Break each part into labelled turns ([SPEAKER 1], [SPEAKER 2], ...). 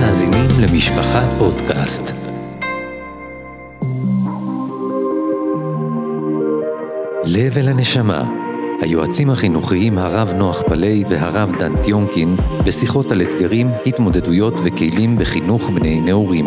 [SPEAKER 1] מאזינים למשפחה פודקאסט. לב אל הנשמה, היועצים החינוכיים הרב נוח פלאי והרב דן טיונקין בשיחות על אתגרים, התמודדויות וכלים בחינוך בני נעורים.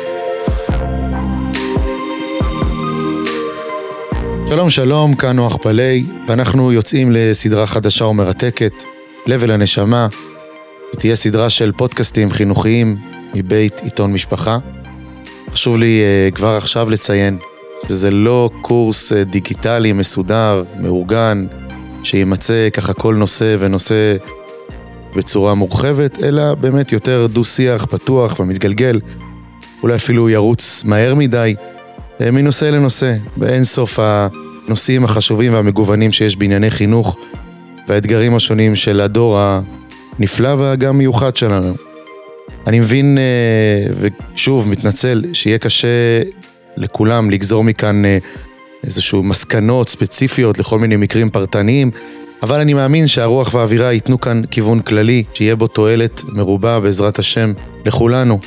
[SPEAKER 2] שלום שלום, כאן נוח פלאי, ואנחנו יוצאים לסדרה חדשה ומרתקת, לב אל הנשמה. תהיה סדרה של פודקאסטים חינוכיים מבית עיתון משפחה. חשוב לי כבר עכשיו לציין שזה לא קורס דיגיטלי מסודר, מאורגן, שימצא ככה כל נושא ונושא בצורה מורחבת, אלא באמת יותר דו-שיח, פתוח ומתגלגל, אולי אפילו ירוץ מהר מדי, מנושא לנושא, באין סוף הנושאים החשובים והמגוונים שיש בענייני חינוך, והאתגרים השונים של הדור הנפלא והגם מיוחד שלנו. אני מבין, ושוב מתנצל, שיהיה קשה לכולם לגזור מכאן איזשהו מסקנות ספציפיות לכל מיני מקרים פרטניים, אבל אני מאמין שהרוח והאווירה ייתנו כאן כיוון כללי, שיהיה בו תועלת מרובה בעזרת השם לכולנו.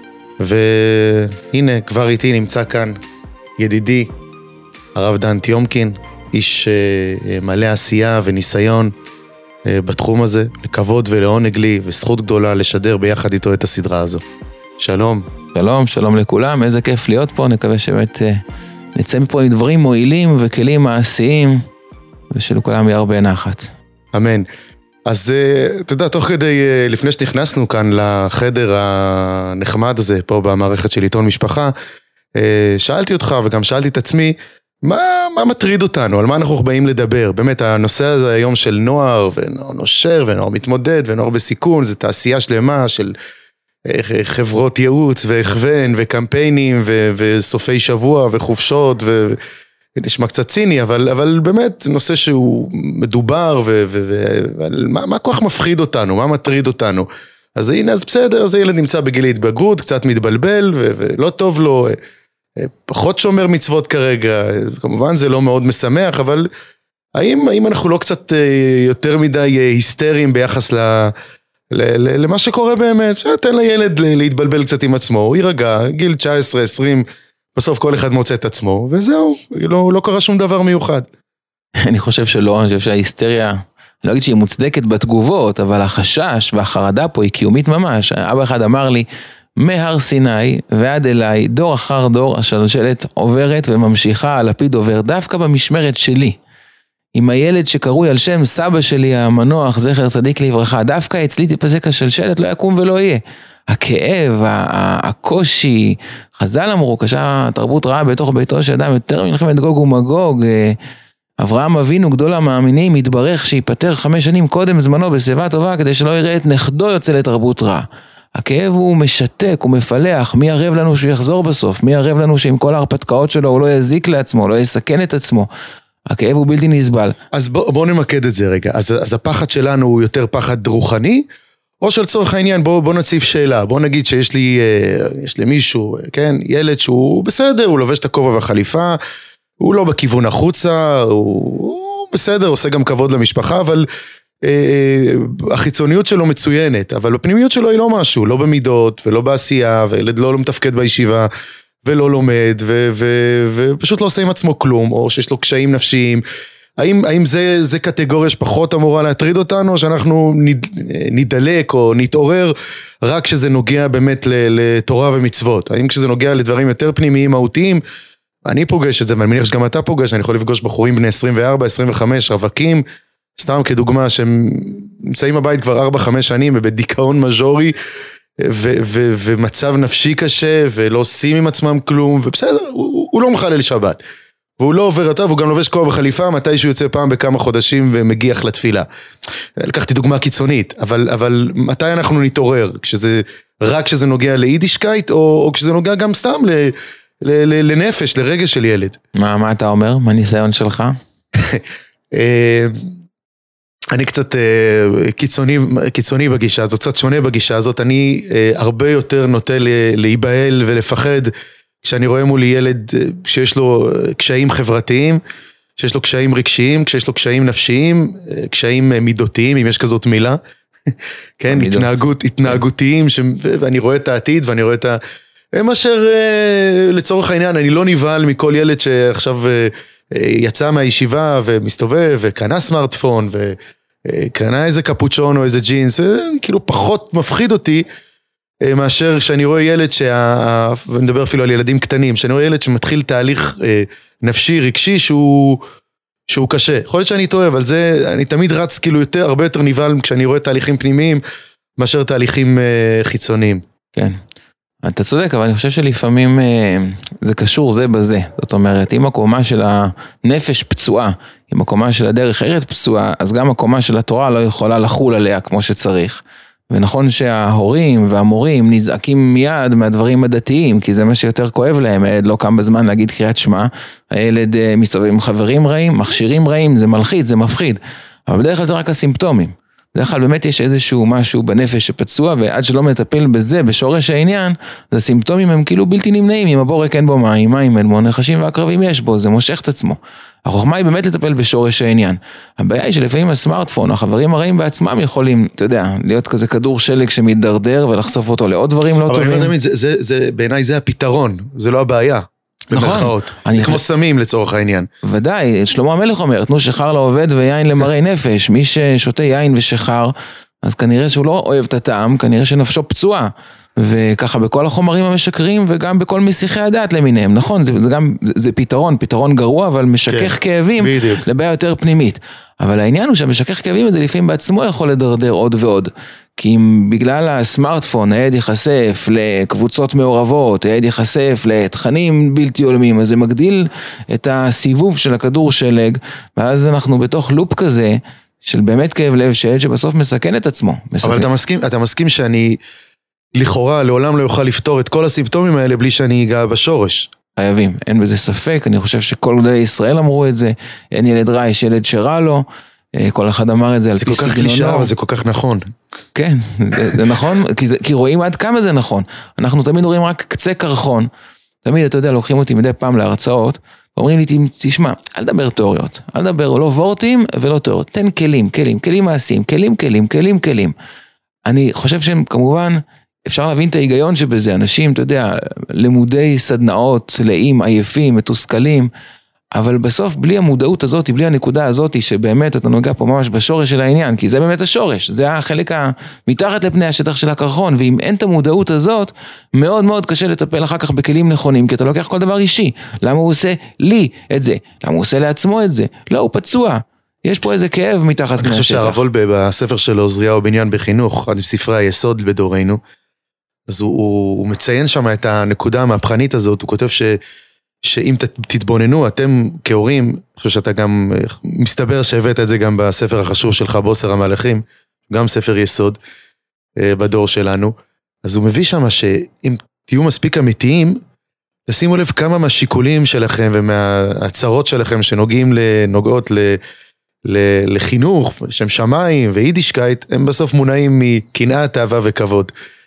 [SPEAKER 2] והנה, כבר איתי נמצא כאן ידידי, הרב דן טיונקין, איש מלא עשייה וניסיון בתחום הזה, לכבוד ולעונג לי, וזכות גדולה לשדר ביחד איתו את הסדרה הזו. שלום.
[SPEAKER 3] שלום, שלום לכולם, איזה כיף להיות פה, נקווה שבאמת נצא מפה עם דברים מועילים וכלים מעשיים, ושלכולם יהיה הרבה נחת.
[SPEAKER 2] אמן. אז אתה יודע, תוך כדי, לפני שנכנסנו כאן לחדר הנחמד הזה, פה במערכת של עיתון משפחה, שאלתי אותך וגם שאלתי את עצמי, מה מטריד אותנו? על מה אנחנו באים לדבר? באמת, הנושא הזה היום של נוער, ונוער נושר, ונוער מתמודד, ונוער בסיכון, זה תעשייה שלמה של חברות ייעוץ, והכוון, וקמפיינים, וסופי שבוע, וחופשות, ונשמע קצת ציני, אבל באמת, נושא שהוא מדובר, מה כל כך מפחיד אותנו? מה מטריד אותנו? אז הנה, אז בסדר, אז הילד נמצא בגיל התבגרות, קצת מתבלבל, ולא טוב לו, פחות שומר מצוות כרגע, כמובן זה לא מאוד משמח, אבל האם אנחנו לא קצת יותר מדי היסטריים ביחס למה שקורה באמת? תן לילד להתבלבל קצת עם עצמו, הוא יירגע, גיל 19, 20, בסוף כל אחד מוצא את עצמו, וזהו, לא קרה שום דבר מיוחד.
[SPEAKER 3] אני חושב שלא, אני חושב שההיסטריה, אני לא אגיד שהיא מוצדקת בתגובות, אבל החשש והחרדה פה היא קיומית ממש. אבא אחד אמר לי, מהר סיני ועד אליי, דור אחר דור, השלשלת עוברת וממשיכה, הלפיד עובר דווקא במשמרת שלי. עם הילד שקרוי על שם סבא שלי המנוח, זכר צדיק לברכה, דווקא אצלי תיפסק השלשלת, לא יקום ולא יהיה. הכאב, הקושי, חז"ל אמרו, קשה תרבות רעה בתוך ביתו של אדם, יותר מלחמת גוג ומגוג, אברהם אבינו גדול המאמינים, התברך שיפטר 5 שנים קודם זמנו בשיבה טובה, כדי שלא יראה את נכדו יוצא לתרבות רעה. הכאב הוא משתק, הוא מפלח, מי יערב לנו שהוא יחזור בסוף, מי יערב לנו שעם כל ההרפתקאות שלו הוא לא יזיק לעצמו, לא יסכן את עצמו. הכאב הוא בלתי נסבל.
[SPEAKER 2] אז בוא נמקד את זה רגע. אז הפחד שלנו הוא יותר פחד רוחני, או של צורך העניין, בוא נציף שאלה, בוא נגיד שיש לי מישהו, כן, ילד שהוא בסדר, הוא לובש את הכובע והחליפה, הוא לא בכיוון החוצה, הוא בסדר, עושה גם כבוד למשפחה, אבל החיצוניות שלו מצוינת, אבל בפנימיות שלו היא לא משהו, לא במידות ולא בעשייה, וילד לא מתפקד בישיבה, ולא לומד, ופשוט לא עושה עם עצמו כלום, או שיש לו קשיים נפשיים. האם זה קטגוריה שפחות אמורה להטריד אותנו, או שאנחנו נדלק או נתעורר, רק כשזה נוגע באמת לתורה ומצוות? האם כשזה נוגע לדברים יותר פנימיים, מהותיים, אני פוגש את זה, ואני מניח שגם אתה פוגש, אני יכול לפגוש בחורים בני 24, 25, רווקים, סתם כדוגמה, שהם נמצאים בבית כבר 4-5 שנים, ובדיכאון מז'ורי, ומצב נפשי קשה, ולא עושים עם עצמם כלום, ובסדר, הוא לא מחלל שבת, והוא לא עובר אותה, והוא גם לובש כובע וחליפה, מתי שהוא יוצא פעם בכמה חודשים, ומגיח לתפילה. לקחתי דוגמה קיצונית, אבל מתי אנחנו נתעורר? רק כשזה נוגע ליידישקייט, או כשזה נוגע גם סתם לנפש, לרגש של ילד.
[SPEAKER 3] מה אתה אומר? מה הניסיון שלך?
[SPEAKER 2] אני קצת קיצוני בגישה הזאת, קצת שונה בגישה הזאת, אני הרבה יותר נוטה להיבהל ולפחד, כשאני רואה מולי ילד שיש לו קשיים חברתיים, שיש לו קשיים רגשיים, כשיש לו קשיים נפשיים, קשיים מידותיים, אם יש כזאת מילה, כן, התנהגותיים, ואני רואה את העתיד, ואני רואה את הם אשר לצורך העניין, אני לא נבהל מכל ילד שעכשיו יצא מהישיבה ומסתובב וקנה סמארטפון וקנה איזה קפוצ'ון או איזה ג'ינס, כאילו פחות מפחיד אותי מאשר שאני רואה ילד ונדבר אפילו על ילדים קטנים, שאני רואה ילד שמתחיל תהליך נפשי, רגשי שהוא קשה. יכול להיות שאני טועה, אבל זה, אני תמיד רץ כאילו הרבה יותר נבהל כשאני רואה תהליכים פנימיים מאשר תהליכים חיצוניים.
[SPEAKER 3] כן. אתה צודק, אבל אני חושב שלפעמים זה קשור זה בזה. זאת אומרת, אם הקומה של הנפש פצועה, אם הקומה של הדרך ארץ פצועה, אז גם הקומה של התורה לא יכולה לחול עליה כמו שצריך. ונכון שההורים והמורים נזעקים מיד מהדברים הדתיים, כי זה מה שיותר כואב להם. הילד לא קם בזמן להגיד קריאת שמע, הילד מסתובב עם חברים רעים, מכשירים רעים, זה מלחיץ, זה מפחיד. אבל בדרך כלל זה רק הסימפטומים. בדרך כלל באמת יש איזשהו משהו בנפש שפצוע, ועד שלא מטפל בזה, בשורש העניין, אז הסימפטומים הם כאילו בלתי נמנעים, אם הבורק אין בו מים אין בו נחשים והקרבים יש בו, זה מושך את עצמו. החוכמה היא באמת לטפל בשורש העניין. הבעיה היא שלפעמים הסמארטפון, החברים הרעים בעצמם יכולים, אתה יודע, להיות כזה כדור שלג שמתדרדר ולחשוף אותו לעוד דברים לא טובים.
[SPEAKER 2] אבל אני לא תמיד, בעיניי זה הפתרון, זה לא הבעיה.
[SPEAKER 3] נכון.
[SPEAKER 2] זה כמו סמים לצורך העניין.
[SPEAKER 3] ודאי, שלמה המלך אומר, תנו שחר לעובד ויין למראי נפש. מי ששותה יין ושחר, אז כנראה שהוא לא אוהב את הטעם, כנראה שנפשו פצועה. וככה בכל החומרים המשקרים וגם בכל מסיחי הדת למיניהם. נכון, זה פתרון גרוע, אבל משכך כאבים לבעיה יותר פנימית. אבל העניין הוא שהמשכך כאבים הזה לפעמים בעצמו יכול לדרדר עוד ועוד. כי אם בגלל הסמארטפון העד ייחשף לקבוצות מעורבות, העד ייחשף לתכנים בלתי עולמים, אז זה מגדיל את הסיבוב של הכדור שלג, ואז אנחנו בתוך לופ כזה של באמת כאב לב, שעד שבסוף מסכן את עצמו.
[SPEAKER 2] אבל אתה מסכים שאני לכאורה לעולם לא יוכל לפתור את כל הסימפטומים האלה בלי שאני אגע בשורש.
[SPEAKER 3] חייבים, אין בזה ספק, אני חושב שכל גדולי ישראל אמרו את זה, אין ילד רע, יש ילד שרע לו, כל אחד אמר את זה על פי סגנונו.
[SPEAKER 2] זה כל כך קלישאה, אבל זה כל כך נכון.
[SPEAKER 3] כן, זה נכון, כי רואים עד כמה זה נכון. אנחנו תמיד רואים רק קצה קרחון, תמיד, אתה יודע, לוקחים אותי מדי פעם להרצאות, ואומרים לי, תשמע, אל דבר תיאוריות, אל דבר לא וורטים ולא תיאוריות, תן כלים מעשיים, כלים. אני חושב שהם כמובן, אפשר להבין את ההיגיון שבזה, אנשים, אתה יודע, למודי סדנאות, לאים, עייפים, מתוסכלים, אבל בסוף בלי המודעות הזאת, בלי הנקודה הזאת, שבאמת אתה נוגע פה ממש בשורש של העניין, כי זה באמת השורש, זה החלק מתחת לפני השטח של הקרחון, ואם אין את המודעות הזאת, מאוד מאוד קשה לטפל אחר כך בכלים נכונים, כי אתה לוקח כל דבר אישי, למה הוא עושה לי את זה, למה הוא עושה לעצמו את זה, לא, הוא פצוע, יש פה איזה כאב מתחת פני השטח.
[SPEAKER 2] אני חושב שהרב וולבה בספר שלו, עזריהו בניין בחינוך, אחד מספרי היסוד בדורנו, אז הוא מציין שם את הנקודה המהפכנית הזאת, הוא כותב שאם תתבוננו, אתם כהורים, אני חושב שאתה גם, מסתבר שהבאת את זה גם בספר החשוב שלך, בוסר המלאכים, גם ספר יסוד בדור שלנו, אז הוא מביא שם שאם תהיו מספיק אמיתיים, תשימו לב כמה מהשיקולים שלכם ומההצהרות שלכם שנוגעות לחינוך, שם שמיים ויידישקייט, הם בסוף מונעים מקנאה, תאווה וכבוד.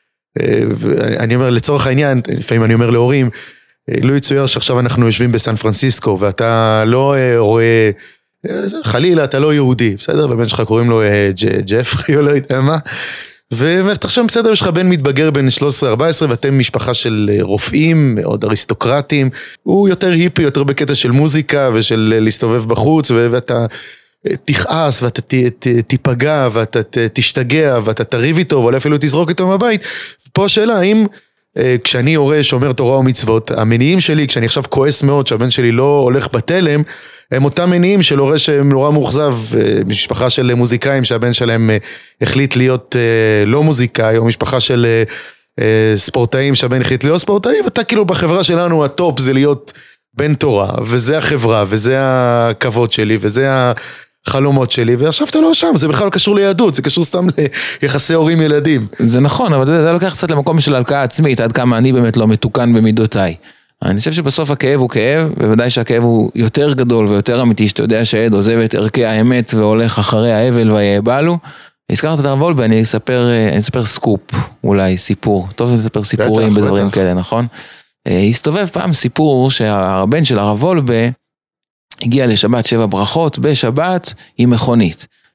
[SPEAKER 2] אני אומר לצורך העניין, לפעמים אני אומר להורים, לא יצויר שעכשיו אנחנו יושבים בסן פרנסיסקו, ואתה לא רואה, חלילה, אתה לא יהודי, בסדר? ובן שלך קוראים לו ג'פרי או לא יודע מה, ותחשב בסדר, יש לך בן מתבגר בין 13-14, ואתם משפחה של רופאים, מאוד אריסטוקרטים, הוא יותר היפי, יותר בקטע של מוזיקה, ושל להסתובב בחוץ, ואתה תכעס, ואתה תיפגע, ואתה תשתגע, ואתה תריב איתו, ואולי אפילו תזרוק איתו מהבית. פה השאלה, האם כשאני הורה שומר תורה ומצוות, המניעים שלי, כשאני עכשיו כועס מאוד שהבן שלי לא הולך בתלם, הם אותם מניעים של הורה שהם נורא מאוכזב, משפחה של מוזיקאים שהבן שלהם החליט להיות לא מוזיקאי, או משפחה של ספורטאים שהבן החליט להיות ספורטאי, ואתה כאילו בחברה שלנו הטופ זה להיות בן תורה, וזה החברה, וזה הכבוד שלי, וזה החלומות שלי, ועכשיו אתה לא שם, זה בכלל קשור ליהדות, זה קשור סתם ליחסי הורים ילדים.
[SPEAKER 3] זה נכון, אבל זה לוקח קצת למקום של הלקאה עצמית, עד כמה אני באמת לא מתוקן במידותיי. אני חושב שבסוף הכאב הוא כאב, ובוודאי שהכאב הוא יותר גדול ויותר אמיתי, שאתה יודע שהעד עוזב את ערכי האמת והולך אחרי האבל והיבלו. הזכרת את הרב וולבה, אני אספר סקופ, אולי סיפור, טוב לספר סיפורים בדברים כאלה, נכון? הסתובב פעם סיפור שהבן של הרב וולבה הגיע לשבת 7 ברכות בשבת עם מכונית.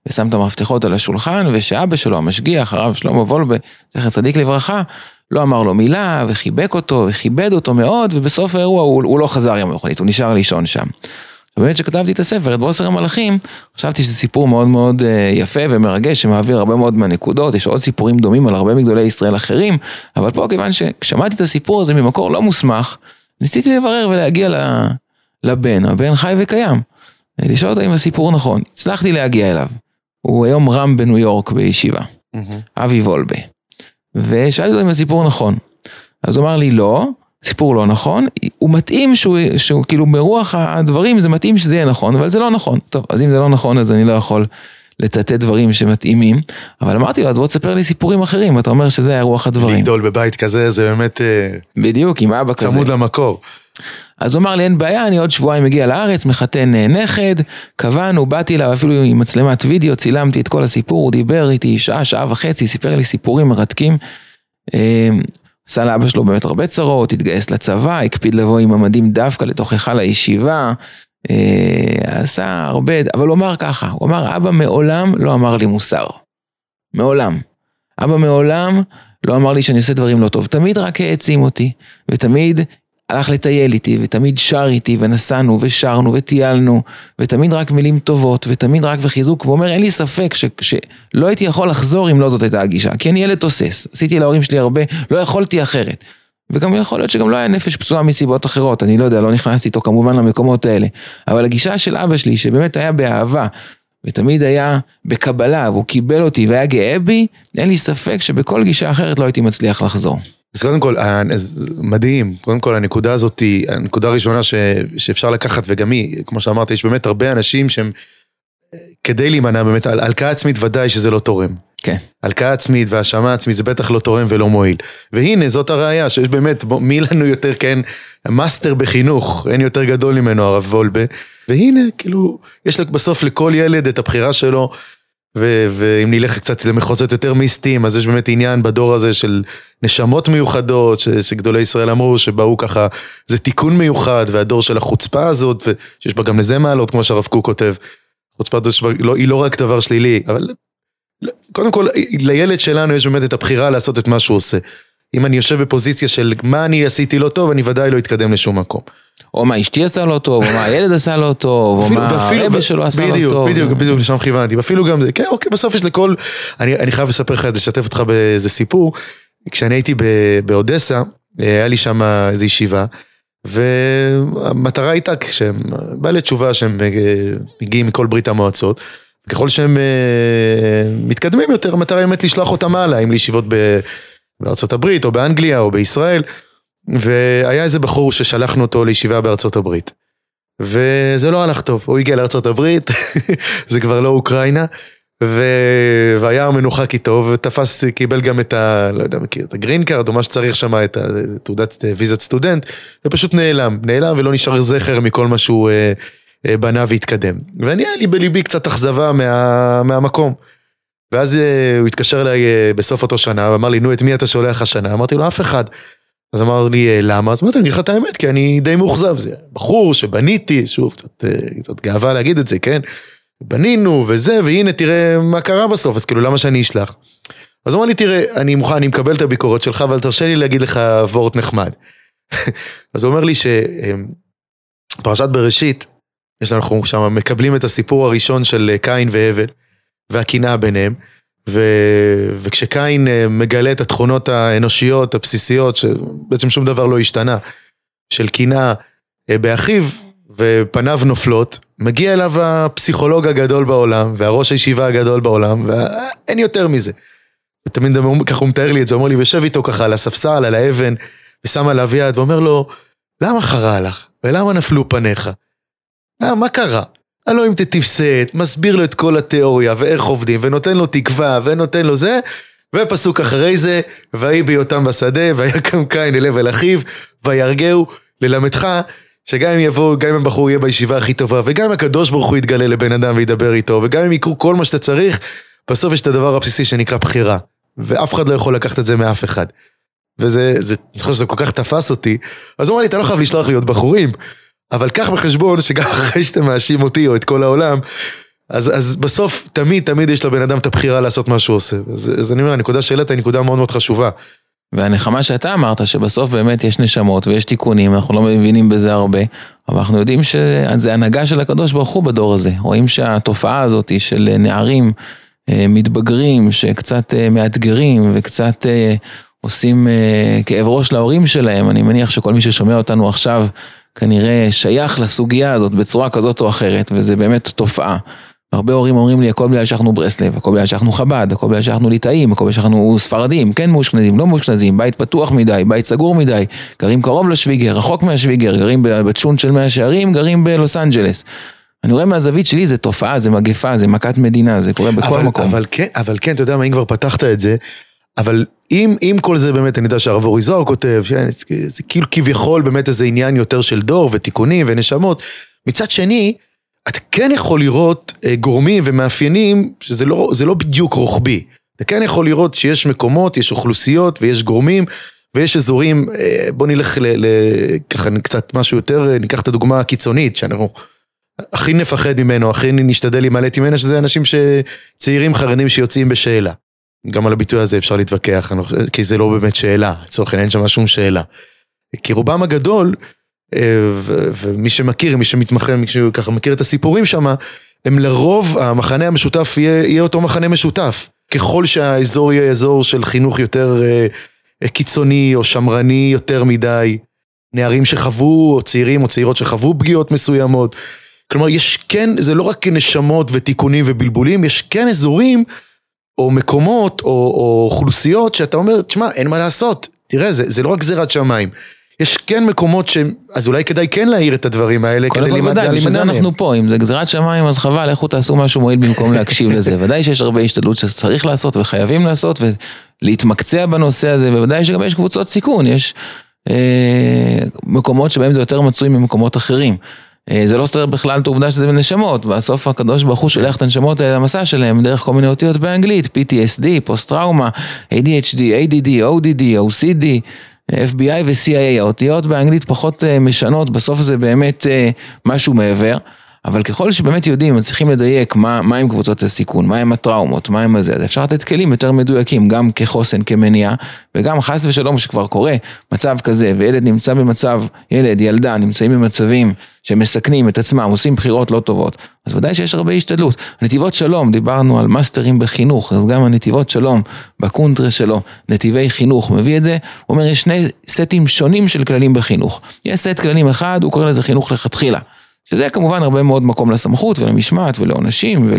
[SPEAKER 3] ושם את המפתחות על השולחן, ושאבא שלו, המשגיח, הרב שלמה וולבה, זכר צדיק לברכה, לא אמר לו מילה, וחיבק אותו, וכיבד אותו מאוד, ובסוף האירוע הוא לא חזר עם המכונית, הוא נשאר לישון שם. באמת שכתבתי את הספר, את בעשר המלאכים, חשבתי שזה סיפור מאוד מאוד יפה ומרגש, שמעביר הרבה מאוד מהנקודות, יש עוד סיפורים דומים על הרבה מגדולי ישראל אחרים, אבל פה כיוון ששמעתי את הסיפור הזה ממקור לא מוסמך, ניסיתי לברר ולהגיע לבן, הבן חי וקיים, לשאול אותו אם הסיפור נכון, הצלחתי להגיע אליו, הוא היום רם בניו יורק בישיבה, אבי וולבה, ושאלתי אותו אם הסיפור נכון, אז הוא אמר לי לא, סיפור לא נכון, הוא מתאים שהוא כאילו ברוח הדברים, זה מתאים שזה יהיה נכון, אבל זה לא נכון. טוב, אז אם זה לא נכון, אז אני לא יכול לצטט דברים שמתאימים, אבל אמרתי לו, אז בוא תספר לי סיפורים אחרים, אתה אומר שזה היה רוח הדברים.
[SPEAKER 2] לגדול בבית כזה, זה באמת
[SPEAKER 3] בדיוק, עם אבא כזה.
[SPEAKER 2] צמוד למקור.
[SPEAKER 3] אז הוא אמר לי, אין בעיה, אני עוד שבועיים מגיע לארץ, מחתן נכד, קבענו, באתי לה, אפילו עם מצלמת וידאו, צילמתי את כל הסיפור, הוא דיבר איתי שעה וחצי, סיפר לי סיפורים מרתקים, עשה לאבא שלו באמת הרבה צרות, התגייס לצבא, הקפיד לבוא עם המדים דווקא לתוך היכל הישיבה, עשה הרבה, אבל הוא אמר ככה, הוא אמר, אבא מעולם לא אמר לי מוסר, מעולם, אבא מעולם לא אמר לי שאני עושה דברים לא טוב, תמיד רק העצים אותי, ותמיד הלך לטייל איתי, ותמיד שר איתי, ונסענו, ושרנו, וטיילנו, ותמיד רק מילים טובות, ותמיד רק וחיזוק, והוא אומר, אין לי ספק שלא הייתי יכול לחזור אם לא זאת הייתה הגישה, כי אני ילד תוסס, עשיתי להורים שלי הרבה, לא יכולתי אחרת, וגם יכול להיות שגם לא היה נפש פצועה מסיבות אחרות, אני לא יודע, לא נכנסתי איתו כמובן למקומות האלה, אבל הגישה של אבא שלי, שבאמת היה באהבה, ותמיד היה בקבלה, והוא קיבל אותי, והיה גאה בי, אין לי ספק שבכל גישה אחרת לא הייתי מצליח לחזור.
[SPEAKER 2] אז קודם כל, מדהים, קודם כל הנקודה הזאת, הנקודה הראשונה שאפשר לקחת, וגם היא, כמו שאמרת, יש באמת הרבה אנשים שהם, כדי להימנע באמת, הלקאה עצמית ודאי שזה לא תורם.
[SPEAKER 3] כן.
[SPEAKER 2] הלקאה עצמית והאשמה עצמית זה בטח לא תורם ולא מועיל. והנה, זאת הראייה, שיש באמת, מי לנו יותר, כן, מאסטר בחינוך, אין יותר גדול ממנו, הרב וולבה, והנה, כאילו, יש בסוף לכל ילד את הבחירה שלו, ואם נלך קצת למחוזות יותר מיסטיים, אז יש באמת עניין בדור הזה של נשמות מיוחדות, שגדולי ישראל אמרו, שבאו ככה, זה תיקון מיוחד, והדור של החוצפה הזאת, שיש בה גם לזה מעלות, כמו שהרב קוק כותב, החוצפה הזאת היא לא רק דבר שלילי, אבל קודם כל, לילד שלנו יש באמת את הבחירה לעשות את מה שהוא עושה. אם אני יושב בפוזיציה של מה אני עשיתי לא טוב, אני ודאי לא אתקדם לשום מקום.
[SPEAKER 3] או מה אשתי עשה לא טוב, או מה הילד עשה לא טוב, או מה הרבא שלו עשה לא טוב.
[SPEAKER 2] בדיוק, לשם כיוונתי. ואפילו גם, כן, אוקיי, בסוף יש לכל, אני חייב לספר לך, לשתף אותך באיזה סיפור, כשאני הייתי באודסה, היה לי שם איזו ישיבה, והמטרה הייתה, כשהם בא לתשובה שהם מגיעים מכל ברית המועצות, ככל שהם מתקדמים יותר, המטרה היא באמת לשלוח אותם הלאה, אם לישיבות בארצות הברית, או באנגליה, או בישראל, והיה איזה בחור ששלחנו אותו לישיבה בארצות הברית, וזה לא הלך טוב, הוא הגיע לארצות הברית, זה כבר לא אוקראינה, והיה מנוחק איתו, ותפס, קיבל גם את לא יודע, מכיר, את הגרין קארד, או מה שצריך שם, את תעודת ויזת סטודנט, ופשוט נעלם ולא נשאר זכר מכל מה שהוא בנה והתקדם. ואני היה לי בליבי קצת אכזבה מהמקום. ואז הוא התקשר אליי בסוף אותו שנה, ואמר לי, נו, את מי אתה שולח השנה? אמרתי לו, אף אחד. אז אמר לי, למה? אז אמרתי, אני אגיד לך את האמת, כי אני די מאוכזב. זה בחור שבניתי, שוב, קצת גאווה להגיד את זה, כן? בנינו וזה, והנה תראה מה קרה בסוף, אז כאילו, למה שאני אשלח? אז הוא אמר לי, תראה, אני מוכן, אני מקבל את הביקורת שלך, אבל תרשה לי להגיד לך וורט נחמד. אז הוא אומר לי שפרשת בראשית, אנחנו שם מקבלים את הסיפור הראשון של קין והבל, והקנאה ביניהם, וכשקין מגלה את התכונות האנושיות, הבסיסיות, שבעצם שום דבר לא השתנה, של קנאה באחיו, ופניו נופלות, מגיע אליו הפסיכולוג הגדול בעולם, והראש הישיבה הגדול בעולם, ואין יותר מזה. ותמיד ככה הוא מתאר לי את זה, הוא אומר לי, ושב איתו ככה על הספסל, על האבן, ושם עליו יד, ואומר לו, למה חרה לך? ולמה נפלו פניך? מה קרה? הלא אם תתפסת, מסביר לו את כל התיאוריה, ואיך עובדים, ונותן לו תקווה, ונותן לו זה, ופסוק אחרי זה, ויהי בהיותם בשדה, ויקם קין אל הבל אחיו, וירגהו ללמדך, שגם אם יבוא, גם אם הבחור יהיה בישיבה הכי טובה, וגם אם הקדוש ברוך הוא יתגלה לבן אדם וידבר איתו, וגם אם יקרו כל מה שאתה צריך, בסוף יש את הדבר הבסיסי שנקרא בחירה, ואף אחד לא יכול לקחת את זה מאף אחד. וזה, אני חושב שזה כל כך תפס אותי, אז הוא אמר לי, אתה לא חייב לשלוח להיות בחורים, אבל כך בחשבון שגם אחרי שאתם מאשים אותי או את כל העולם, אז בסוף, תמיד יש לבן אדם את הבחירה לעשות מה שהוא עושה. אז אני אומר, הנקודה שאלת היא נקודה מאוד מאוד חשובה.
[SPEAKER 3] והנחמה שאתה אמרת, שבסוף באמת יש נשמות ויש תיקונים, אנחנו לא מבינים בזה הרבה, אבל אנחנו יודעים שזה הנהגה של הקדוש ברוך הוא בדור הזה. רואים שהתופעה הזאת של נערים מתבגרים, שקצת מאתגרים וקצת עושים כאב ראש להורים שלהם, אני מניח שכל מי ששומע אותנו עכשיו, כנראה שייך לסוגיה הזאת בצורה כזאת או אחרת, וזה באמת תופעה. הרבה הורים אומרים לי, הכל בגלל שאנחנו ברסלב, הכל בגלל שאנחנו חב"ד, הכל בגלל שאנחנו ליטאים, הכל בגלל שאנחנו ספרדים, כן מושכנזים, לא מושכנזים, בית פתוח מדי, בית סגור מדי, גרים קרוב לשוויגר, רחוק מהשוויגר, גרים בצ'ון של 100 שערים, גרים בלוס אנג'לס. אני רואה מהזווית שלי, זה תופעה, זה מגפה, זה מכת מדינה, זה קורה בכל מקום.
[SPEAKER 2] אבל כן, אתה יודע מה, אם כבר פתחת את זה, אבל אם כל זה באמת, אני יודע שהרב אורי זוהר כותב, זה כאילו כביכול באמת איזה עניין יותר של דור ותיקונים ונשמות, מצד שני, אתה כן יכול לראות גורמים ומאפיינים שזה לא בדיוק רוחבי. אתה כן יכול לראות שיש מקומות, יש אוכלוסיות ויש גורמים ויש אזורים, בוא נלך ככה קצת משהו יותר, ניקח את הדוגמה הקיצונית, שאנחנו הכי נפחד ממנו, הכי נשתדל להימלט ממנו, שזה אנשים שצעירים חרדים שיוצאים בשאלה. גם על הביטוי הזה אפשר להתווכח, כי זה לא באמת שאלה, לצורך אין שם שום שאלה. כי רובם הגדול, ומי שמכיר, מי שמתמחה, מי שככה מכיר את הסיפורים שם, הם לרוב, המחנה המשותף יהיה אותו מחנה משותף. ככל שהאזור יהיה אזור של חינוך יותר קיצוני או שמרני יותר מדי, נערים שחוו, או צעירים או צעירות שחוו פגיעות מסוימות. כלומר, יש כן, זה לא רק נשמות ותיקונים ובלבולים, יש כן אזורים או מקומות או אוכלוסיות שאתה אומר, תשמע, אין מה לעשות. תראה, זה לא רק גזירת שמיים. יש כן מקומות אז אולי כדאי כן להעיר את הדברים האלה,
[SPEAKER 3] כדי להימנע מהם. בשביל זה אנחנו פה, אם זה גזירת שמיים, אז חבל, לכו תעשו משהו מועיל במקום להקשיב לזה. ודאי שיש הרבה השתדלות שצריך לעשות וחייבים לעשות, ולהתמקצע בנושא הזה, וודאי שגם יש קבוצות סיכון, יש מקומות שבהם זה יותר מצוי ממקומות אחרים. זה לא סתר בכלל את העובדה שזה בנשמות, בסוף הקדוש ברוך הוא שולח את הנשמות האלה למסע שלהם, דרך כל מיני אותיות באנגלית, PTSD, פוסט-טראומה, ADHD, ADD, ODD, OCD, FBI ו-CIA, האותיות באנגלית פחות משנות, בסוף זה באמת משהו מעבר, אבל ככל שבאמת יודעים, צריכים לדייק מה עם קבוצות הסיכון, מה עם הטראומות, מה עם זה, אפשר לתת כלים יותר מדויקים, גם כחוסן, כמניעה, וגם חס ושלום שכבר קורה מצב כזה, וילד נמצא במצב, ילדה, נמצאים במצבים שמסכנים את עצמם, עושים בחירות לא טובות, אז ודאי שיש הרבה השתדלות. נתיבות שלום, דיברנו על מאסטרים בחינוך, אז גם הנתיבות שלום, בקונטרה שלו, נתיבי חינוך, מביא את זה, הוא אומר, יש שני סטים שונים של כללים בחינוך. יש סט כללים אחד, הוא קורא לזה חינוך לכתחילה. שזה כמובן הרבה מאוד מקום לסמכות ולמשמעת ולעונשים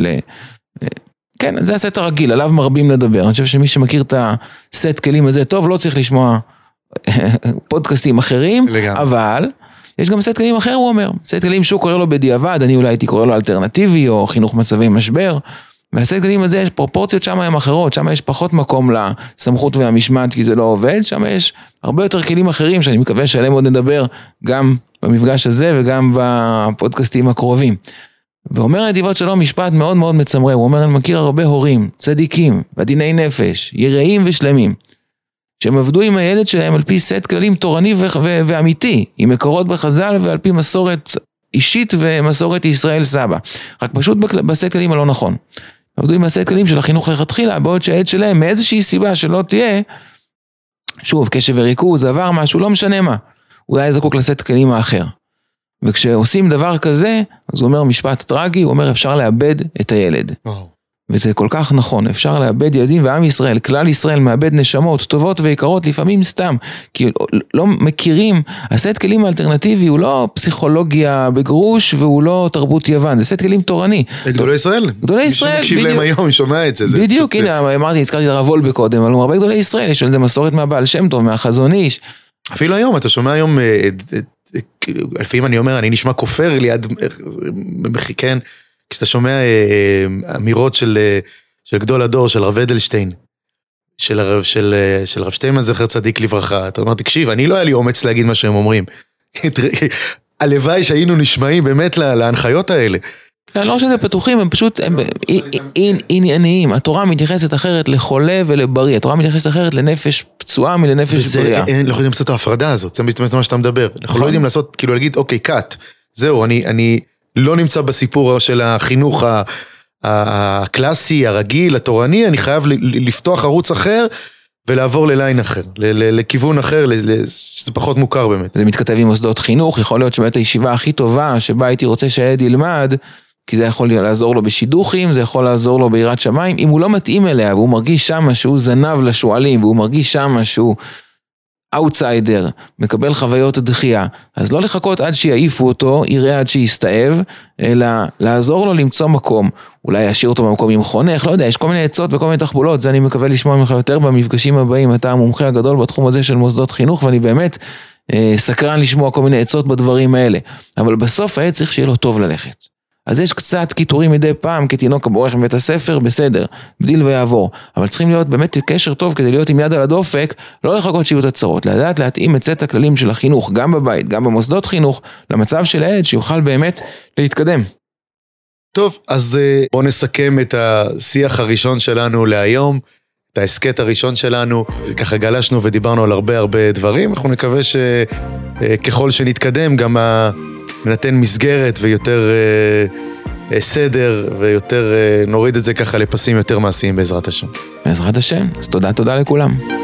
[SPEAKER 3] כן, זה הסט הרגיל, עליו מרבים לדבר. אני חושב שמי שמכיר את הסט כלים הזה טוב, לא צריך לשמוע פודקאסטים אחרים, אבל יש גם סט כלים אחר, הוא אומר. סט כלים שהוא קורא לו בדיעבד, אני אולי הייתי קורא לו אלטרנטיבי או חינוך מצבי משבר, והסט כלים הזה, יש פרופורציות שם הם אחרות, שם יש פחות מקום לסמכות ולמשמעת כי זה לא עובד, שם יש הרבה יותר כלים אחרים שאני מקווה שעליהם עוד נדבר גם במפגש הזה וגם בפודקאסטים הקרובים. ואומר נתיבות שלום משפט מאוד מאוד מצמרר, הוא אומר אני מכיר הרבה הורים, צדיקים, בדיני נפש, יראים ושלמים, שהם עבדו עם הילד שלהם על פי סט כללים תורני ואמיתי, עם מקורות בחז"ל ועל פי מסורת אישית ומסורת ישראל סבא, רק פשוט בסט כללים הלא נכון. עבדו עם הסט כללים של החינוך לכתחילה, בעוד שהילד שלהם מאיזושהי סיבה שלא תהיה, שוב, קשב וריכוז, עבר משהו, לא משנה מה. הוא היה זקוק לסט כלים האחר. וכשעושים דבר כזה, אז הוא אומר משפט טרגי, הוא אומר אפשר לאבד את הילד. וזה כל כך נכון, אפשר לאבד ילדים, ועם ישראל, כלל ישראל מאבד נשמות טובות ויקרות, לפעמים סתם, כי לא מכירים, הסט כלים האלטרנטיבי הוא לא פסיכולוגיה בגרוש, והוא לא תרבות יוון, זה סט כלים תורני.
[SPEAKER 2] גדולי ישראל?
[SPEAKER 3] גדולי ישראל,
[SPEAKER 2] מי שמקשיב להם היום, שומע את זה.
[SPEAKER 3] בדיוק, הנה, אמרתי, הזכרתי את הרב וולבה קודם, אבל הרבה גדולי ישראל, יש על זה מסורת מהבעל שם טוב, מהחזון איש.
[SPEAKER 2] אפילו היום, אתה שומע היום, לפעמים אני אומר, אני נשמע כופר ליד, כן, כשאתה שומע אמירות של גדול הדור, של רב אדלשטיין, של רב שטיימן זכר צדיק לברכה, אתה אומר, תקשיב, אני לא היה לי אומץ להגיד מה שהם אומרים. הלוואי שהיינו נשמעים באמת להנחיות האלה.
[SPEAKER 3] אני לא שזה פתוחים, הם פשוט ענייניים. התורה מתייחסת אחרת לחולה ולבריא, התורה מתייחסת אחרת לנפש פצועה מלנפש בריאה.
[SPEAKER 2] וזה, לא יודעים לעשות את ההפרדה הזאת, זה מה שאתה מדבר. אנחנו לא יודעים לעשות, כאילו להגיד, אוקיי, קאט, זהו, אני לא נמצא בסיפור של החינוך הקלאסי, הרגיל, התורני, אני חייב לפתוח ערוץ אחר, ולעבור לליין אחר, לכיוון אחר, שזה פחות מוכר באמת.
[SPEAKER 3] זה מתכתב עם מוסדות חינוך, יכול להיות שבאמת הישיבה הכי טובה, שבה הייתי רוצה שהילד ילמד, כי זה יכול לעזור לו בשידוכים, זה יכול לעזור לו ביראת שמיים, אם הוא לא מתאים אליה, והוא מרגיש שמה שהוא זנב לשואלים, והוא מרגיש שמה שהוא אאוטסיידר, מקבל חוויות דחייה, אז לא לחכות עד שיעיפו אותו, יראה עד שיסתאב, אלא לעזור לו למצוא מקום, אולי להשאיר אותו במקום עם חונך, לא יודע, יש כל מיני עצות וכל מיני תחבולות, זה אני מקווה לשמוע ממך יותר במפגשים הבאים, אתה המומחה הגדול בתחום הזה של מוסדות חינוך, ואני באמת סקרן לשמוע כל מיני עצות בדברים האלה, אבל בסוף היה צריך שיהיה לו טוב ללכת. אז יש קצת קיטורים מדי פעם, כתינוק הבורח מבית הספר, בסדר, בדיל ויעבור. אבל צריכים להיות באמת קשר טוב, כדי להיות עם יד על הדופק, לא לחכות שיהיו את הצרות, לדעת להתאים את סט הכללים של החינוך, גם בבית, גם במוסדות חינוך, למצב של הילד שיוכל באמת להתקדם.
[SPEAKER 2] טוב, אז בואו נסכם את השיח הראשון שלנו להיום, את העסקת הראשון שלנו, ככה גלשנו ודיברנו על הרבה דברים, אנחנו נקווה שככל שנתקדם גם נתן מסגרת ויותר סדר ויותר נוריד את זה ככה לפסים יותר מעשיים בעזרת השם.
[SPEAKER 3] בעזרת השם, אז תודה לכולם.